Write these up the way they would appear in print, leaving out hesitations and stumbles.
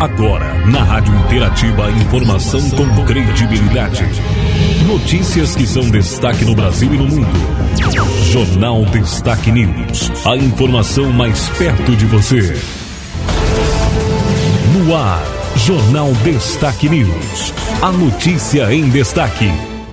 Agora, na Rádio Interativa, informação com credibilidade. Notícias que são destaque no Brasil e no mundo. Jornal Destaque News. A informação mais perto de você. No ar, Jornal Destaque News. A notícia em destaque.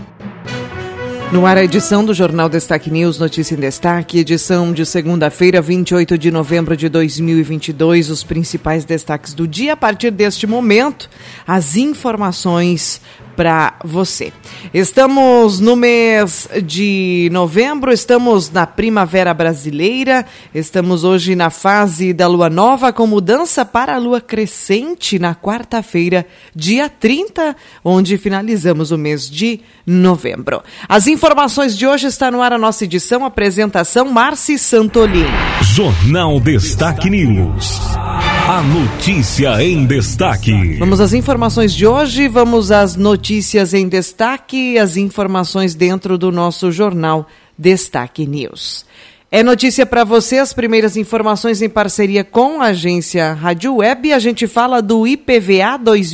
No ar, a edição do Jornal Destaque News, notícia em destaque, edição de segunda-feira, 28 de novembro de 2022, os principais destaques do dia. A partir deste momento, as informações para você. Estamos no mês de novembro, estamos na primavera brasileira, estamos hoje na fase da lua nova, com mudança para a lua crescente na quarta-feira, dia 30, onde finalizamos o mês de novembro. As informações de hoje está no ar a nossa edição, apresentação Marci Santolin. Jornal Destaque News. A notícia em destaque. Vamos às informações de hoje, vamos às notícias em destaque, as informações dentro do nosso Jornal Destaque News. É notícia para você, as primeiras informações em parceria com a agência Rádio Web. A gente fala do IPVA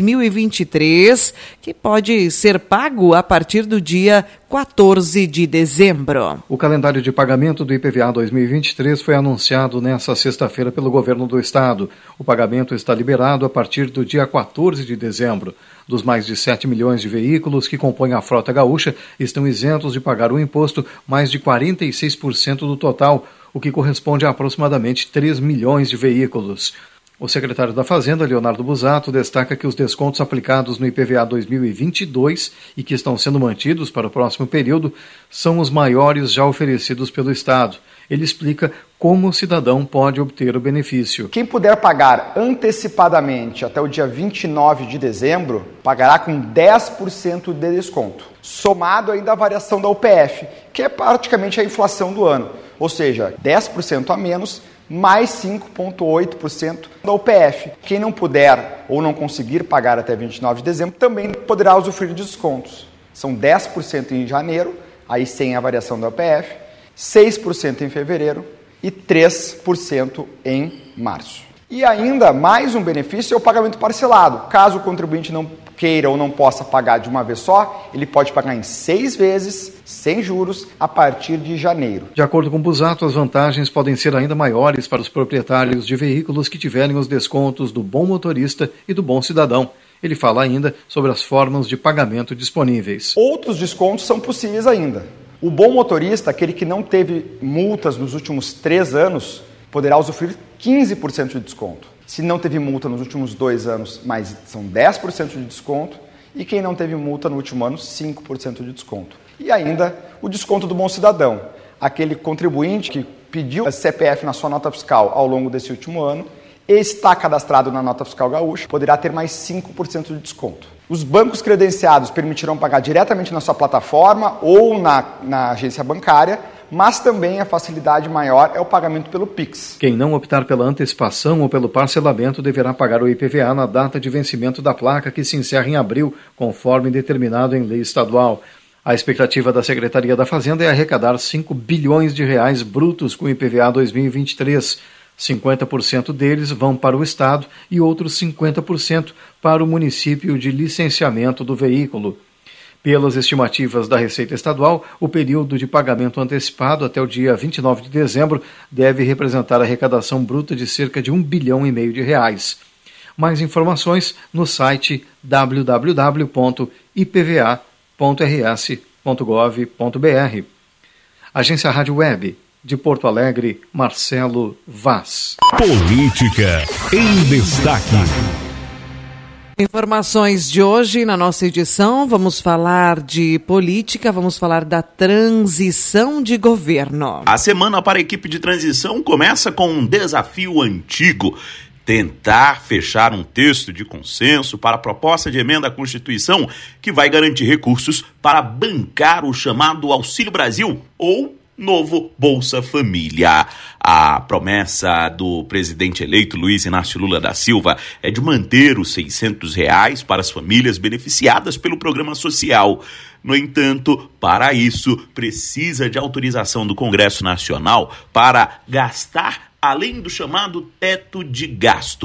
2023, que pode ser pago a partir do dia 14 de dezembro. O calendário de pagamento do IPVA 2023 foi anunciado nesta sexta-feira pelo governo do estado. O pagamento está liberado a partir do dia 14 de dezembro. Dos mais de 7 milhões de veículos que compõem a frota gaúcha, estão isentos de pagar o imposto mais de 46% do total, o que corresponde a aproximadamente 3 milhões de veículos. O secretário da Fazenda, Leonardo Busato, destaca que os descontos aplicados no IPVA 2022 e que estão sendo mantidos para o próximo período são os maiores já oferecidos pelo Estado. Ele explica como o cidadão pode obter o benefício. Quem puder pagar antecipadamente até o dia 29 de dezembro, pagará com 10% de desconto, somado ainda à variação da UPF, que é praticamente a inflação do ano, ou seja, 10% a menos, mais 5,8% da UPF. Quem não puder ou não conseguir pagar até 29 de dezembro também poderá usufruir de descontos. São 10% em janeiro, aí sem a variação da UPF, 6% em fevereiro e 3% em março. E ainda mais um benefício é o pagamento parcelado. Caso o contribuinte não queira ou não possa pagar de uma vez só, ele pode pagar em 6 vezes, sem juros, a partir de janeiro. De acordo com Busato, as vantagens podem ser ainda maiores para os proprietários de veículos que tiverem os descontos do Bom Motorista e do Bom Cidadão. Ele fala ainda sobre as formas de pagamento disponíveis. Outros descontos são possíveis ainda. O Bom Motorista, aquele que não teve multas nos últimos 3 anos, poderá usufruir 15% de desconto. Se não teve multa nos últimos 2 anos, mas são 10% de desconto. E quem não teve multa no último ano, 5% de desconto. E ainda o desconto do Bom Cidadão, aquele contribuinte que pediu a CPF na sua nota fiscal ao longo desse último ano, está cadastrado na nota fiscal gaúcha, poderá ter mais 5% de desconto. Os bancos credenciados permitirão pagar diretamente na sua plataforma ou na agência bancária, mas também a facilidade maior é o pagamento pelo Pix. Quem não optar pela antecipação ou pelo parcelamento deverá pagar o IPVA na data de vencimento da placa, que se encerra em abril, conforme determinado em lei estadual. A expectativa da Secretaria da Fazenda é arrecadar 5 bilhões de reais brutos com o IPVA 2023. 50% deles vão para o Estado e outros 50% para o município de licenciamento do veículo. Pelas estimativas da Receita Estadual, o período de pagamento antecipado até o dia 29 de dezembro deve representar a arrecadação bruta de cerca de 1,5 bilhão de reais. Mais informações no site www.ipva.rs.gov.br. Agência Rádio Web. De Porto Alegre, Marcelo Vaz. Política em destaque. Informações de hoje na nossa edição, vamos falar de política, vamos falar da transição de governo. A semana para a equipe de transição começa com um desafio antigo: tentar fechar um texto de consenso para a proposta de emenda à Constituição que vai garantir recursos para bancar o chamado Auxílio Brasil, ou novo Bolsa Família. A promessa do presidente eleito Luiz Inácio Lula da Silva é de manter os R$600 para as famílias beneficiadas pelo programa social. No entanto, para isso, precisa de autorização do Congresso Nacional para gastar além do chamado teto de gastos.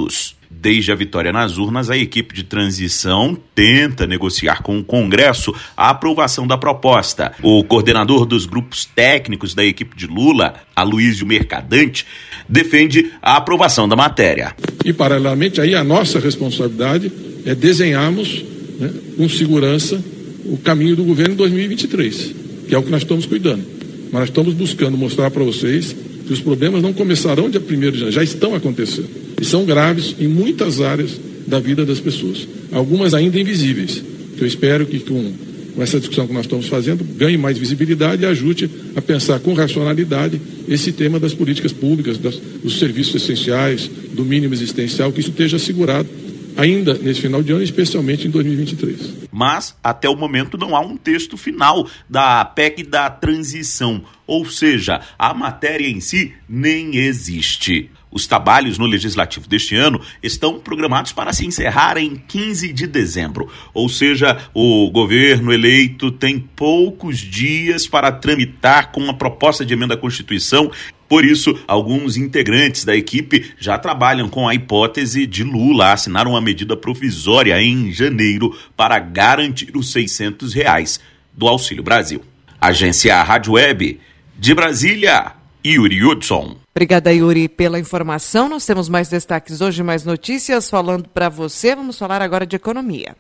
Desde a vitória nas urnas, a equipe de transição tenta negociar com o Congresso a aprovação da proposta. O coordenador dos grupos técnicos da equipe de Lula, Aloysio Mercadante, defende a aprovação da matéria. E, paralelamente, aí a nossa responsabilidade é desenharmos, com segurança, o caminho do governo em 2023, que é o que nós estamos cuidando. Mas nós estamos buscando mostrar para vocês que os problemas não começarão dia 1º de janeiro, já estão acontecendo. E são graves em muitas áreas da vida das pessoas, algumas ainda invisíveis. Eu espero que com essa discussão que nós estamos fazendo, ganhe mais visibilidade e ajude a pensar com racionalidade esse tema das políticas públicas, dos serviços essenciais, do mínimo existencial, que isso esteja assegurado ainda nesse final de ano, especialmente em 2023. Mas, até o momento, não há um texto final da PEC da transição, ou seja, a matéria em si nem existe. Os trabalhos no Legislativo deste ano estão programados para se encerrar em 15 de dezembro. Ou seja, o governo eleito tem poucos dias para tramitar com uma proposta de emenda à Constituição. Por isso, alguns integrantes da equipe já trabalham com a hipótese de Lula assinar uma medida provisória em janeiro para garantir os R$600 do Auxílio Brasil. Agência Rádio Web, de Brasília, Yuri Hudson. Obrigada, Yuri, pela informação. Nós temos mais destaques hoje, mais notícias falando para você. Vamos falar agora de economia.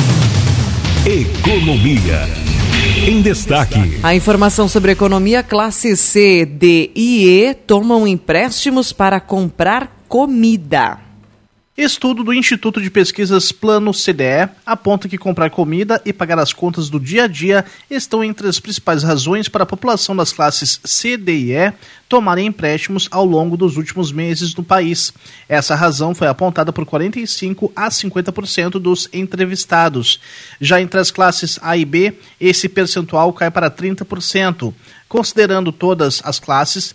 Economia em destaque. A informação sobre economia: classe C, D e E tomam empréstimos para comprar comida. Estudo do Instituto de Pesquisas Plano CDE aponta que comprar comida e pagar as contas do dia a dia estão entre as principais razões para a população das classes C, D e E tomarem empréstimos ao longo dos últimos meses no país. Essa razão foi apontada por 45% a 50% dos entrevistados. Já entre as classes A e B, esse percentual cai para 30%. Considerando todas as classes,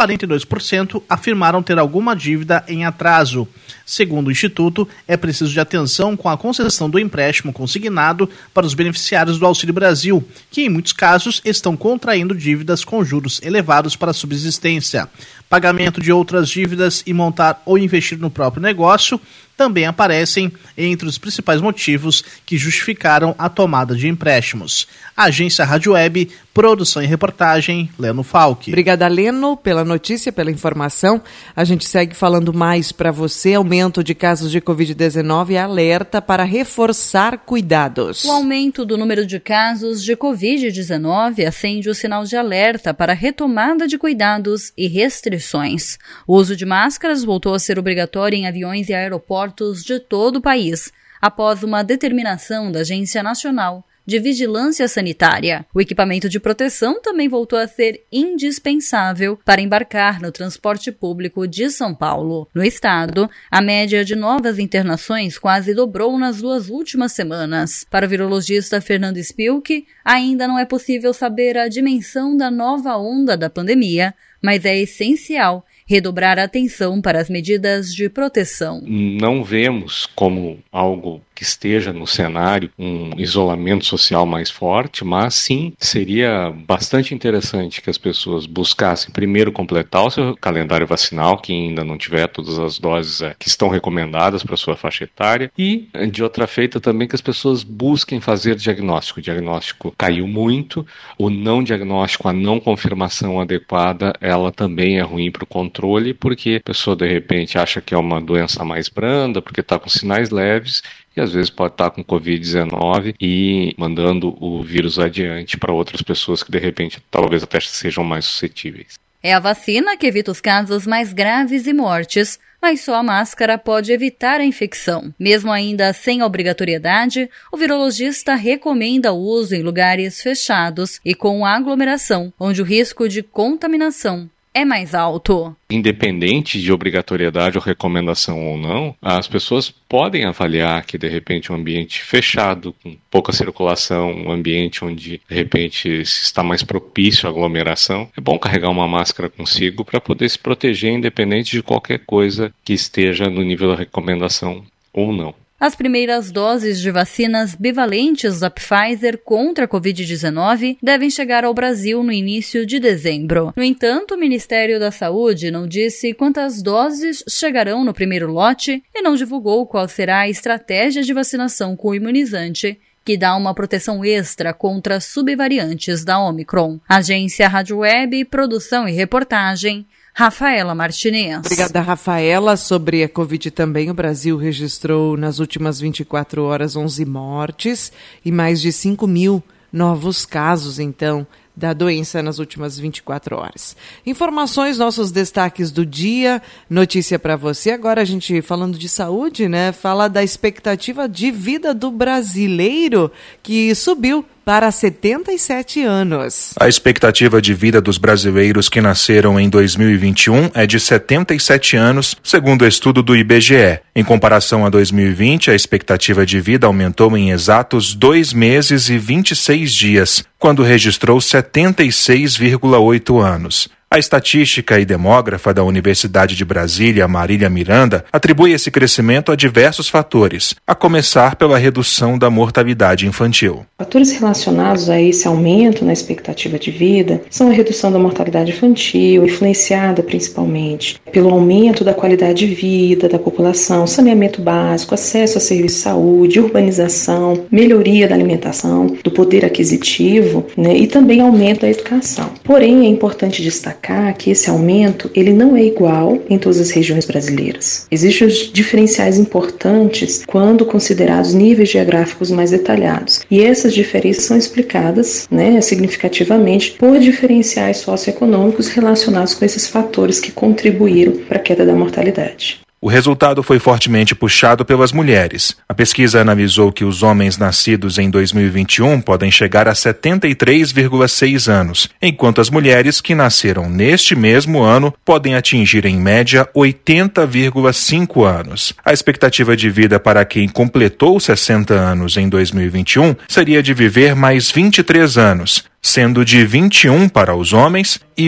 42% afirmaram ter alguma dívida em atraso. Segundo o Instituto, é preciso de atenção com a concessão do empréstimo consignado para os beneficiários do Auxílio Brasil, que em muitos casos estão contraindo dívidas com juros elevados para a subsistência. Pagamento de outras dívidas e montar ou investir no próprio negócio também aparecem entre os principais motivos que justificaram a tomada de empréstimos. Agência Rádio Web, produção e reportagem, Leno Falck. Obrigada, Leno, pela notícia, pela informação. A gente segue falando mais para você. Aumento de casos de Covid-19 e alerta para reforçar cuidados. O aumento do número de casos de Covid-19 acende o sinal de alerta para a retomada de cuidados e restrições. O uso de máscaras voltou a ser obrigatório em aviões e aeroportos de todo o país, após uma determinação da Agência Nacional de Vigilância Sanitária. O equipamento de proteção também voltou a ser indispensável para embarcar no transporte público de São Paulo. No estado, a média de novas internações quase dobrou nas 2 últimas semanas. Para o virologista Fernando Spilk, ainda não é possível saber a dimensão da nova onda da pandemia, mas é essencial redobrar a atenção para as medidas de proteção. Não vemos como algo que esteja no cenário um isolamento social mais forte, mas sim seria bastante interessante que as pessoas buscassem primeiro completar o seu calendário vacinal, quem ainda não tiver todas as doses que estão recomendadas para a sua faixa etária, e de outra feita também que as pessoas busquem fazer diagnóstico. O diagnóstico caiu muito, o não diagnóstico, a não confirmação adequada, ela também é ruim para o controle, porque a pessoa de repente acha que é uma doença mais branda, porque está com sinais leves, e às vezes pode estar com Covid-19 e mandando o vírus adiante para outras pessoas que de repente talvez até sejam mais suscetíveis. É a vacina que evita os casos mais graves e mortes, mas só a máscara pode evitar a infecção. Mesmo ainda sem a obrigatoriedade, o virologista recomenda o uso em lugares fechados e com aglomeração, onde o risco de contaminação é mais alto. Independente de obrigatoriedade ou recomendação ou não, as pessoas podem avaliar que de repente um ambiente fechado, com pouca circulação, um ambiente onde de repente se está mais propício à aglomeração, é bom carregar uma máscara consigo para poder se proteger independente de qualquer coisa que esteja no nível da recomendação ou não. As primeiras doses de vacinas bivalentes da Pfizer contra a Covid-19 devem chegar ao Brasil no início de dezembro. No entanto, o Ministério da Saúde não disse quantas doses chegarão no primeiro lote e não divulgou qual será a estratégia de vacinação com o imunizante, que dá uma proteção extra contra subvariantes da Omicron. Agência Rádio Web, produção e reportagem, Rafaela Martinez. Obrigada, Rafaela. Sobre a Covid também, o Brasil registrou nas últimas 24 horas 11 mortes e mais de 5 mil novos casos, então, da doença nas últimas 24 horas. Informações, nossos destaques do dia, notícia para você. Agora a gente, falando de saúde, né, fala da expectativa de vida do brasileiro, que subiu para 77 anos. A expectativa de vida dos brasileiros que nasceram em 2021 é de 77 anos, segundo o estudo do IBGE. Em comparação a 2020, a expectativa de vida aumentou em exatos 2 meses e 26 dias, quando registrou 76,8 anos. A estatística e demógrafa da Universidade de Brasília, Marília Miranda, atribui esse crescimento a diversos fatores, a começar pela redução da mortalidade infantil. Fatores relacionados a esse aumento na expectativa de vida são a redução da mortalidade infantil, influenciada principalmente pelo aumento da qualidade de vida da população, saneamento básico, acesso a serviços de saúde, urbanização, melhoria da alimentação, do poder aquisitivo, e também aumento da educação. Porém, é importante destacar que esse aumento ele não é igual em todas as regiões brasileiras. Existem os diferenciais importantes quando considerados níveis geográficos mais detalhados. E essas diferenças são explicadas significativamente por diferenciais socioeconômicos relacionados com esses fatores que contribuíram para a queda da mortalidade. O resultado foi fortemente puxado pelas mulheres. A pesquisa analisou que os homens nascidos em 2021 podem chegar a 73,6 anos, enquanto as mulheres que nasceram neste mesmo ano podem atingir em média 80,5 anos. A expectativa de vida para quem completou 60 anos em 2021 seria de viver mais 23 anos, sendo de 21 para os homens e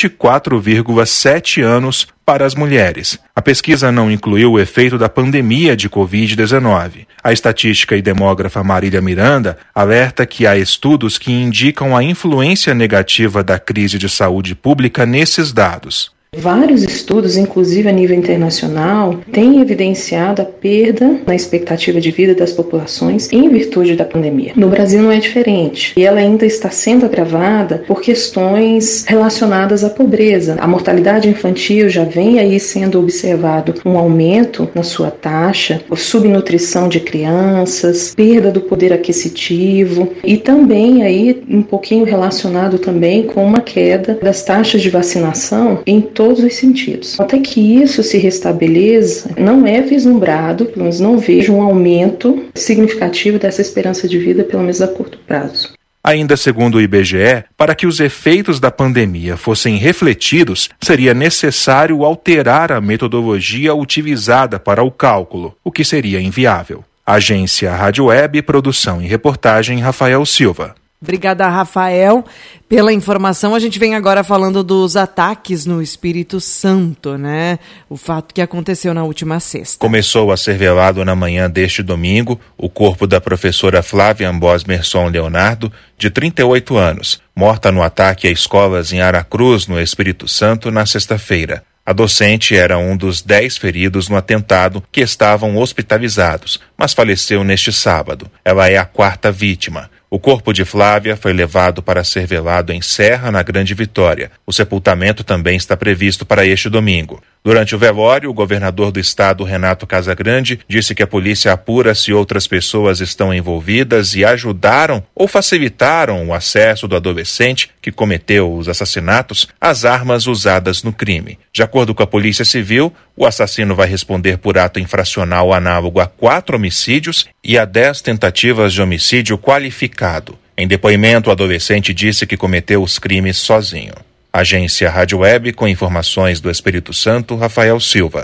24,7 anos para as mulheres. A pesquisa não incluiu o efeito da pandemia de Covid-19. A estatística e demógrafa Marília Miranda alerta que há estudos que indicam a influência negativa da crise de saúde pública nesses dados. Vários estudos, inclusive a nível internacional, têm evidenciado a perda na expectativa de vida das populações em virtude da pandemia. No Brasil não é diferente, e ela ainda está sendo agravada por questões relacionadas à pobreza. A mortalidade infantil já vem aí sendo observado um aumento na sua taxa, subnutrição de crianças, perda do poder aquisitivo e também aí um pouquinho relacionado também com uma queda das taxas de vacinação em todos os sentidos. Até que isso se restabeleça, não é vislumbrado, pelo menos não vejo um aumento significativo dessa esperança de vida, pelo menos a curto prazo. Ainda segundo o IBGE, para que os efeitos da pandemia fossem refletidos, seria necessário alterar a metodologia utilizada para o cálculo, o que seria inviável. Agência Rádio Web, produção e reportagem, Rafael Silva. Obrigada, Rafael, pela informação. A gente vem agora falando dos ataques no Espírito Santo, né? O fato que aconteceu na última sexta. Começou a ser velado na manhã deste domingo o corpo da professora Flávia Ambosmerson Leonardo, de 38 anos, morta no ataque a escolas em Aracruz, no Espírito Santo, na sexta-feira. A docente era um dos 10 feridos no atentado que estavam hospitalizados, mas faleceu neste sábado. Ela é a 4ª vítima. O corpo de Flávia foi levado para ser velado em Serra, na Grande Vitória. O sepultamento também está previsto para este domingo. Durante o velório, o governador do estado, Renato Casagrande, disse que a polícia apura se outras pessoas estão envolvidas e ajudaram ou facilitaram o acesso do adolescente que cometeu os assassinatos às armas usadas no crime. De acordo com a Polícia Civil, o assassino vai responder por ato infracional análogo a 4 homicídios e a 10 tentativas de homicídio qualificado. Em depoimento, o adolescente disse que cometeu os crimes sozinho. Agência Rádio Web, com informações do Espírito Santo, Rafael Silva.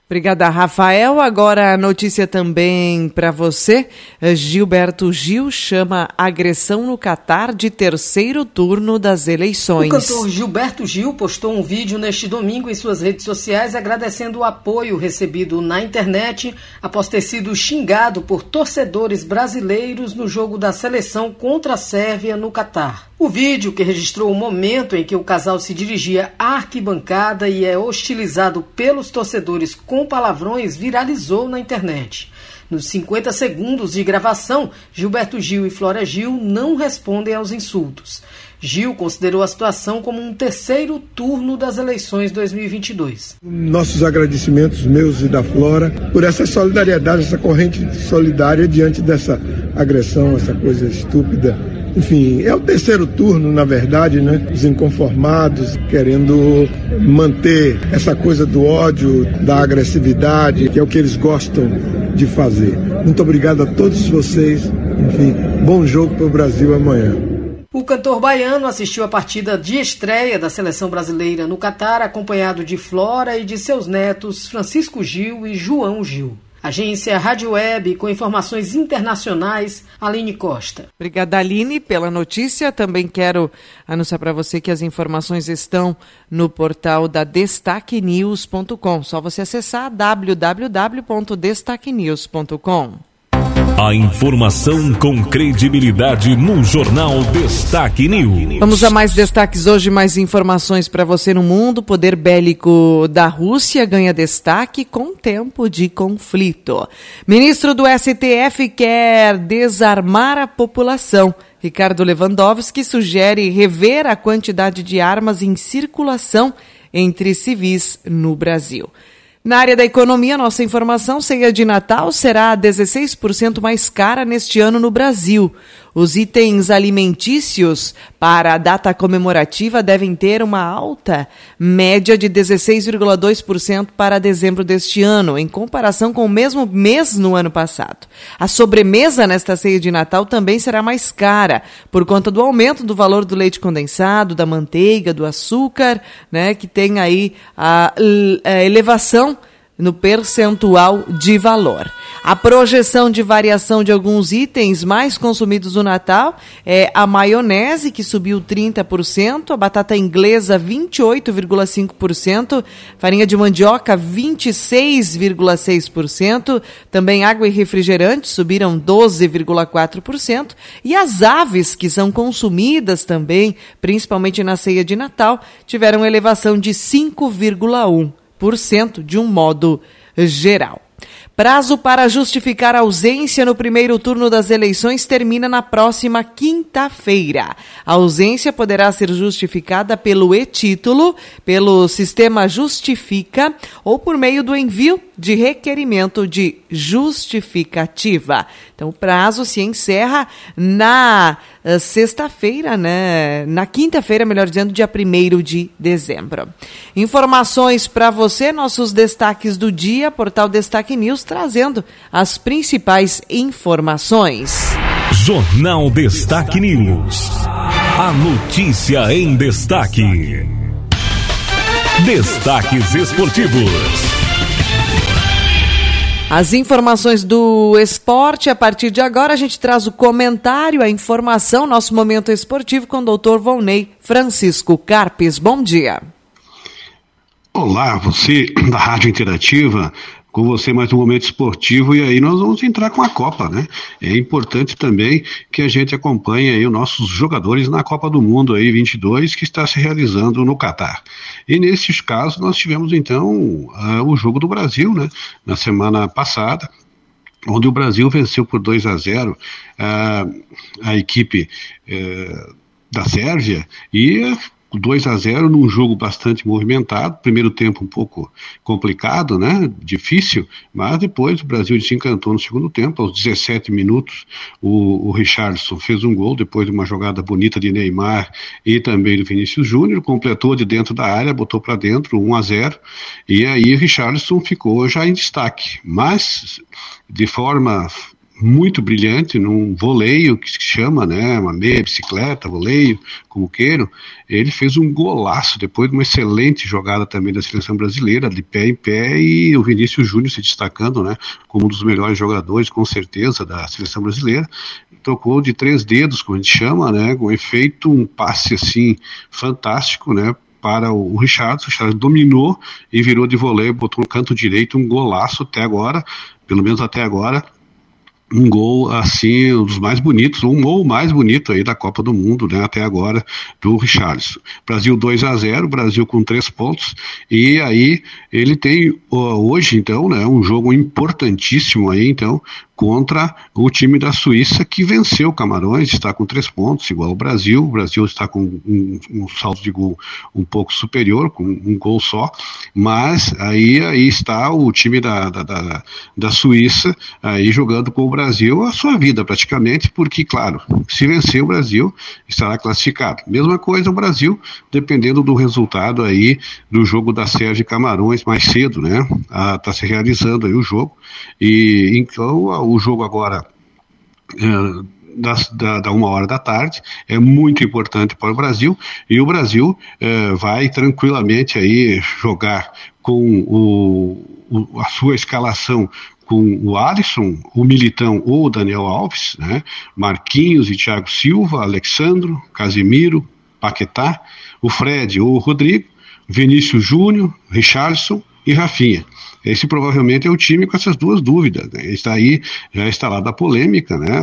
Obrigada, Rafael. Agora a notícia também para você. Gilberto Gil chama agressão no Catar de terceiro turno das eleições. O cantor Gilberto Gil postou um vídeo neste domingo em suas redes sociais agradecendo o apoio recebido na internet após ter sido xingado por torcedores brasileiros no jogo da seleção contra a Sérvia no Catar. O vídeo, que registrou o momento em que o casal se dirigia à arquibancada e é hostilizado pelos torcedores com palavrões, viralizou na internet. Nos 50 segundos de gravação, Gilberto Gil e Flora Gil não respondem aos insultos. Gil considerou a situação como um terceiro turno das eleições 2022. Nossos agradecimentos, meus e da Flora, por essa solidariedade, essa corrente solidária diante dessa agressão, essa coisa estúpida. Enfim, é o terceiro turno, na verdade, né? Os inconformados querendo manter essa coisa do ódio, da agressividade, que é o que eles gostam de fazer. Muito obrigado a todos vocês. Enfim, bom jogo para o Brasil amanhã. O cantor baiano assistiu a partida de estreia da seleção brasileira no Catar, acompanhado de Flora e de seus netos Francisco Gil e João Gil. Agência Rádio Web, com informações internacionais, Aline Costa. Obrigada, Aline, pela notícia. Também quero anunciar para você que as informações estão no portal da destaquenews.com. Só você acessar www.destaquenews.com. A informação com credibilidade no Jornal Destaque News. Vamos a mais destaques hoje, mais informações para você no mundo. O poder bélico da Rússia ganha destaque com tempo de conflito. Ministro do STF quer desarmar a população. Ricardo Lewandowski sugere rever a quantidade de armas em circulação entre civis no Brasil. Na área da economia, nossa informação, ceia de Natal será 16% mais cara neste ano no Brasil. Os itens alimentícios para a data comemorativa devem ter uma alta média de 16,2% para dezembro deste ano, em comparação com o mesmo mês no ano passado. A sobremesa nesta ceia de Natal também será mais cara, por conta do aumento do valor do leite condensado, da manteiga, do açúcar, né, que tem aí a elevação no percentual de valor. A projeção de variação de alguns itens mais consumidos no Natal é a maionese, que subiu 30%, a batata inglesa 28,5%, farinha de mandioca 26,6%, também água e refrigerante subiram 12,4%, e as aves, que são consumidas também, principalmente na ceia de Natal, tiveram elevação de 5,1%. De um modo geral. Prazo para justificar a ausência no primeiro turno das eleições termina na próxima quinta-feira. A ausência poderá ser justificada pelo e-título, pelo sistema Justifica ou por meio do envio de requerimento de justificativa. Então, o prazo se encerra na sexta-feira, né? Na quinta-feira, melhor dizendo, dia 1º de dezembro. Informações para você, nossos destaques do dia, portal Destaque News, trazendo as principais informações. Jornal Destaque News. A notícia em destaque. Destaques esportivos. As informações do esporte, a partir de agora a gente traz o comentário, a informação, nosso momento esportivo com o doutor Volney Francisco Carpes. Bom dia. Olá, você da Rádio Interativa, com você mais um momento esportivo, e aí nós vamos entrar com a Copa, né? É importante também que a gente acompanhe aí os nossos jogadores na Copa do Mundo aí 22, que está se realizando no Catar. E nesses casos nós tivemos então o jogo do Brasil, né? Na semana passada, onde o Brasil venceu por 2-0 a equipe da Sérvia, e 2-0 num jogo bastante movimentado, primeiro tempo um pouco complicado, né, difícil, mas depois o Brasil se encantou no segundo tempo. Aos 17 minutos o Richarlison fez um gol, depois de uma jogada bonita de Neymar e também do Vinícius Júnior, completou de dentro da área, botou para dentro, 1-0, e aí o Richarlison ficou já em destaque, mas de forma muito brilhante num voleio, que se chama, né, uma meia bicicleta, voleio, como queiram. Ele fez um golaço depois de uma excelente jogada também da seleção brasileira, de pé em pé, e o Vinícius Júnior se destacando, né, como um dos melhores jogadores, com certeza, da seleção brasileira. Tocou de 3 dedos, como a gente chama, né, com efeito, um passe assim fantástico, né, para o Richarlison. O Richarlison dominou e virou de voleio, botou no canto direito, um golaço até agora, pelo menos até agora, um gol assim, um dos mais bonitos, um gol mais bonito aí da Copa do Mundo, né, até agora, do Richarlison. Brasil 2-0, Brasil com 3 pontos, e aí ele tem hoje, então, né, um jogo importantíssimo aí, então, contra o time da Suíça, que venceu o Camarões, está com 3 pontos, igual ao Brasil. O Brasil está com um saldo de gol um pouco superior, com um gol só, mas aí está o time da Suíça aí jogando com o Brasil a sua vida praticamente, porque, claro, se vencer o Brasil, estará classificado. Mesma coisa o Brasil, dependendo do resultado aí do jogo da Sérvia e Camarões mais cedo, né? Está se realizando aí o jogo, e então o jogo agora da 1h da tarde é muito importante para o Brasil, e o Brasil vai tranquilamente aí jogar com a sua escalação com o Alisson, o Militão ou o Daniel Alves, né? Marquinhos e Thiago Silva, Alexandro, Casemiro, Paquetá, o Fred ou o Rodrigo, Vinícius Júnior, Richarlison e Rafinha. Esse provavelmente é o time com essas duas dúvidas, né? Está aí, já instalada a polêmica, né?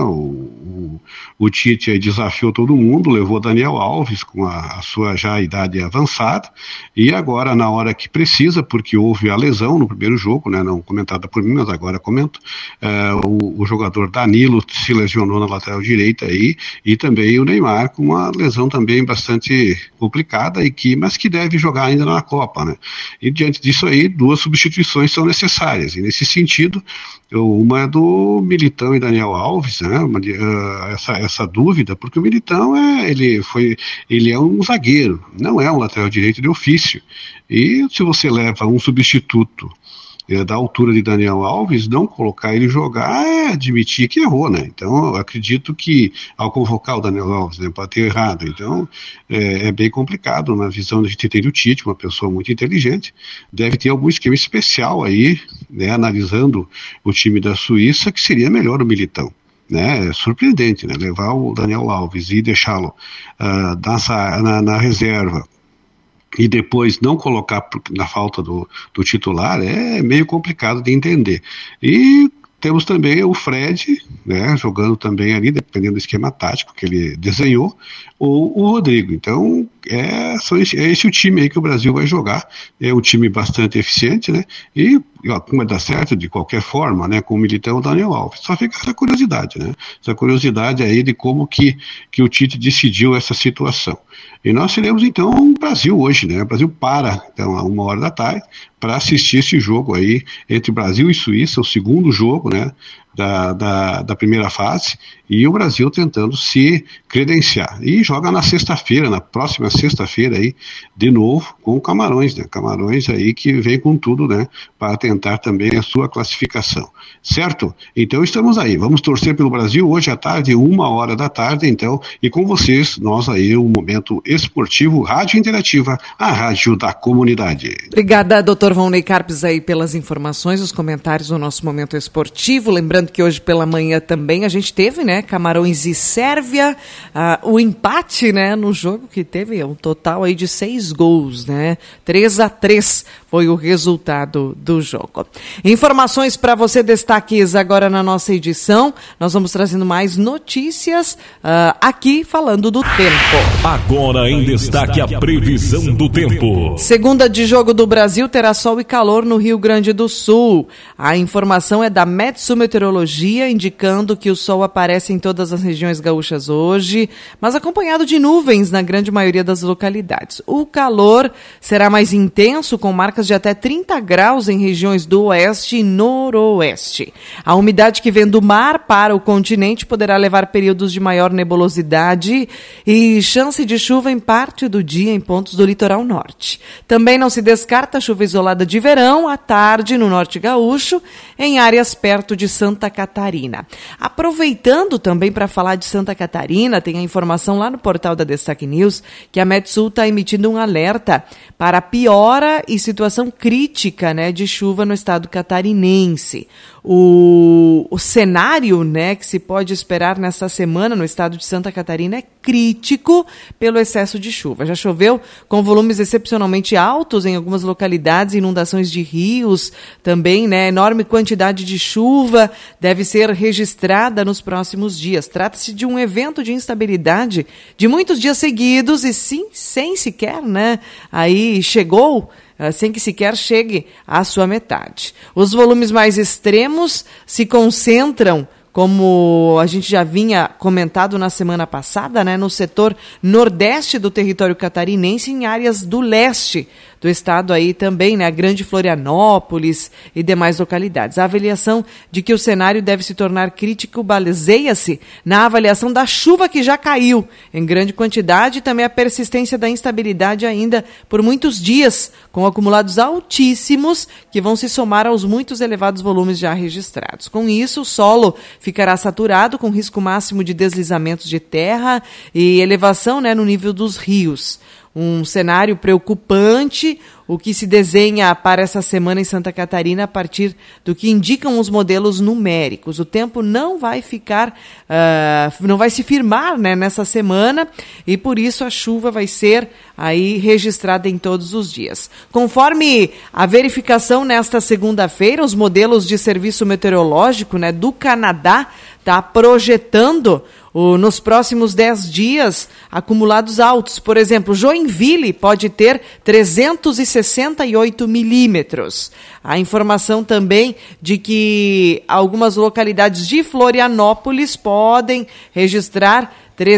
O Tite aí desafiou todo mundo, levou Daniel Alves com a sua já idade avançada, e agora, na hora que precisa, porque houve a lesão no primeiro jogo, né? Não comentada por mim, mas agora comento, o jogador Danilo se lesionou na lateral direita aí, e também o Neymar com uma lesão também bastante complicada, mas que deve jogar ainda na Copa, né? E diante disso aí, 2 substituições são necessárias, e nesse sentido, uma é do Militão e Daniel Alves, né? Essa dúvida, porque o Militão ele é um zagueiro, não é um lateral direito de ofício, e se você leva um substituto da altura de Daniel Alves, não colocar ele jogar é admitir que errou, né? Então, eu acredito que ao convocar o Daniel Alves, né, pode ter errado. Então, é bem complicado na visão da gente ter do Tite, uma pessoa muito inteligente, deve ter algum esquema especial aí, né, analisando o time da Suíça, que seria melhor o Militão. Né, é surpreendente, né, levar o Daniel Alves e deixá-lo na reserva e depois não colocar na falta do titular é meio complicado de entender. E temos também o Fred, né, jogando também ali, dependendo do esquema tático que ele desenhou, ou o Rodrigo. Então, é esse o time aí que o Brasil vai jogar. É um time bastante eficiente, né? E como vai dar certo de qualquer forma, né? Com o Militão e o Daniel Alves. Só fica essa curiosidade, né? Essa curiosidade aí de como que o Tite decidiu essa situação. E nós teremos, então, o Brasil hoje, né? O Brasil para, então, a 1h da tarde, para assistir esse jogo aí entre Brasil e Suíça, o segundo jogo, né? Da primeira fase, e o Brasil tentando se credenciar. E joga na sexta-feira, na próxima sexta-feira aí, de novo, com o Camarões, né? Camarões aí que vem com tudo, né? Para tentar também a sua classificação. Certo? Então estamos aí. Vamos torcer pelo Brasil hoje à tarde, 1h da tarde, então, e com vocês, nós aí, o Momento Esportivo, Rádio Interativa, a rádio da comunidade. Obrigada, Dr. Vonley Carpes, aí pelas informações, os comentários do nosso Momento Esportivo. Lembrando que hoje pela manhã também a gente teve, né, Camarões e Sérvia, o empate, né, no jogo que teve um total aí de 6 gols, né, 3-3 foi o resultado do jogo. Informações para você, destaques agora na nossa edição. Nós vamos trazendo mais notícias aqui falando do tempo. Agora em destaque a previsão do tempo. Segunda de jogo do Brasil terá sol e calor no Rio Grande do Sul. A informação é da Metsu Meteorologia, indicando que o sol aparece em todas as regiões gaúchas hoje, mas acompanhado de nuvens na grande maioria das localidades. O calor será mais intenso, com marcas marcas de até 30 graus em regiões do oeste e noroeste. A umidade que vem do mar para o continente poderá levar períodos de maior nebulosidade e chance de chuva em parte do dia em pontos do litoral norte. Também não se descarta chuva isolada de verão à tarde no norte gaúcho, em áreas perto de Santa Catarina. Aproveitando também para falar de Santa Catarina, tem a informação lá no portal da Destaque News que a Metsul está emitindo um alerta para piora e situação crítica, né, de chuva no estado catarinense. O cenário, né, que se pode esperar nessa semana no estado de Santa Catarina é crítico pelo excesso de chuva. Já choveu com volumes excepcionalmente altos em algumas localidades, inundações de rios também, né, enorme quantidade de chuva deve ser registrada nos próximos dias. Trata-se de um evento de instabilidade de muitos dias seguidos e sim, sem sequer, né, aí chegou sem que sequer chegue à sua metade. Os volumes mais extremos se concentram, como a gente já vinha comentado na semana passada, né, no setor nordeste do território catarinense, em áreas do leste do estado aí também, né, a Grande Florianópolis e demais localidades. A avaliação de que o cenário deve se tornar crítico baseia-se na avaliação da chuva que já caiu em grande quantidade e também a persistência da instabilidade ainda por muitos dias, com acumulados altíssimos que vão se somar aos muitos elevados volumes já registrados. Com isso, o solo ficará saturado com risco máximo de deslizamentos de terra e elevação, né, no nível dos rios. Um cenário preocupante, o que se desenha para essa semana em Santa Catarina a partir do que indicam os modelos numéricos. O tempo não vai ficar, não vai se firmar, né, nessa semana e por isso a chuva vai ser aí registrada em todos os dias. Conforme a verificação nesta segunda-feira, os modelos de serviço meteorológico, né, do Canadá está projetando nos próximos 10 dias acumulados altos. Por exemplo, Joinville pode ter 368 milímetros. A informação também de que algumas localidades de Florianópolis podem registrar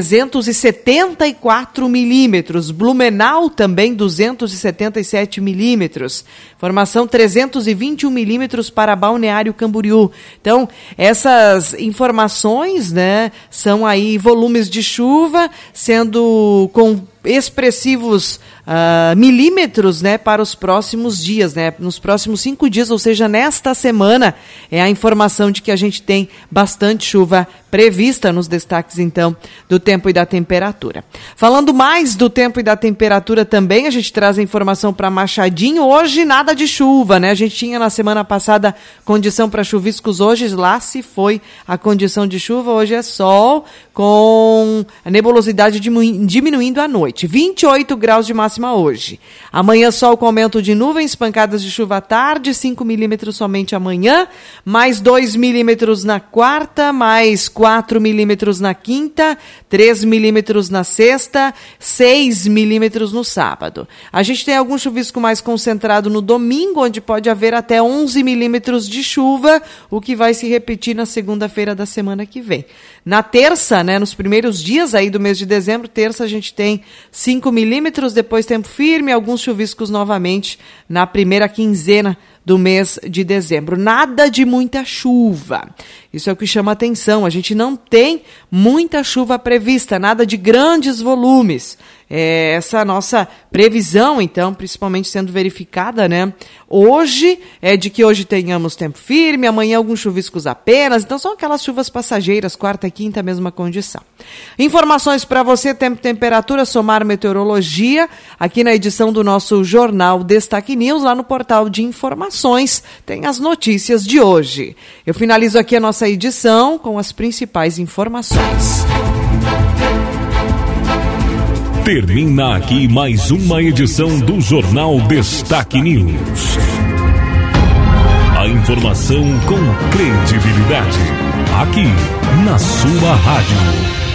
374 milímetros. Blumenau também 277 milímetros. Informação 321 milímetros para Balneário Camboriú. Então, essas informações, né, são aí volumes de chuva sendo com expressivos milímetros, né, para os próximos dias, né, nos próximos 5 dias, ou seja, nesta semana, é a informação de que a gente tem bastante chuva prevista nos destaques, então, do tempo e da temperatura. Falando mais do tempo e da temperatura também, a gente traz a informação para Machadinho. Hoje nada de chuva, né, a gente tinha na semana passada condição para chuviscos, hoje lá se foi a condição de chuva, hoje é sol com a nebulosidade diminuindo à noite. 28 graus de máxima hoje. Amanhã sol com aumento de nuvens, pancadas de chuva à tarde, 5 milímetros somente amanhã, mais 2 milímetros na quarta, mais 4 milímetros na quinta, 3 milímetros na sexta, 6 milímetros no sábado. A gente tem algum chuvisco mais concentrado no domingo, onde pode haver até 11 milímetros de chuva, o que vai se repetir na segunda-feira da semana que vem. Na terça, né, nos primeiros dias aí do mês de dezembro, terça a gente tem 5 milímetros, depois tempo firme, alguns chuviscos novamente na primeira quinzena do mês de dezembro. Nada de muita chuva. Isso é o que chama atenção. A gente não tem muita chuva prevista, nada de grandes volumes. Essa nossa previsão, então, principalmente sendo verificada, né? Hoje é de que hoje tenhamos tempo firme, amanhã alguns chuviscos apenas. Então, são aquelas chuvas passageiras, quarta e quinta, mesma condição. Informações para você, tempo e temperatura, Somar Meteorologia, aqui na edição do nosso Jornal Destaque News, lá no portal de informações, tem as notícias de hoje. Eu finalizo aqui a nossa edição com as principais informações. Termina aqui mais uma edição do Jornal Destaque News. A informação com credibilidade, aqui na sua rádio.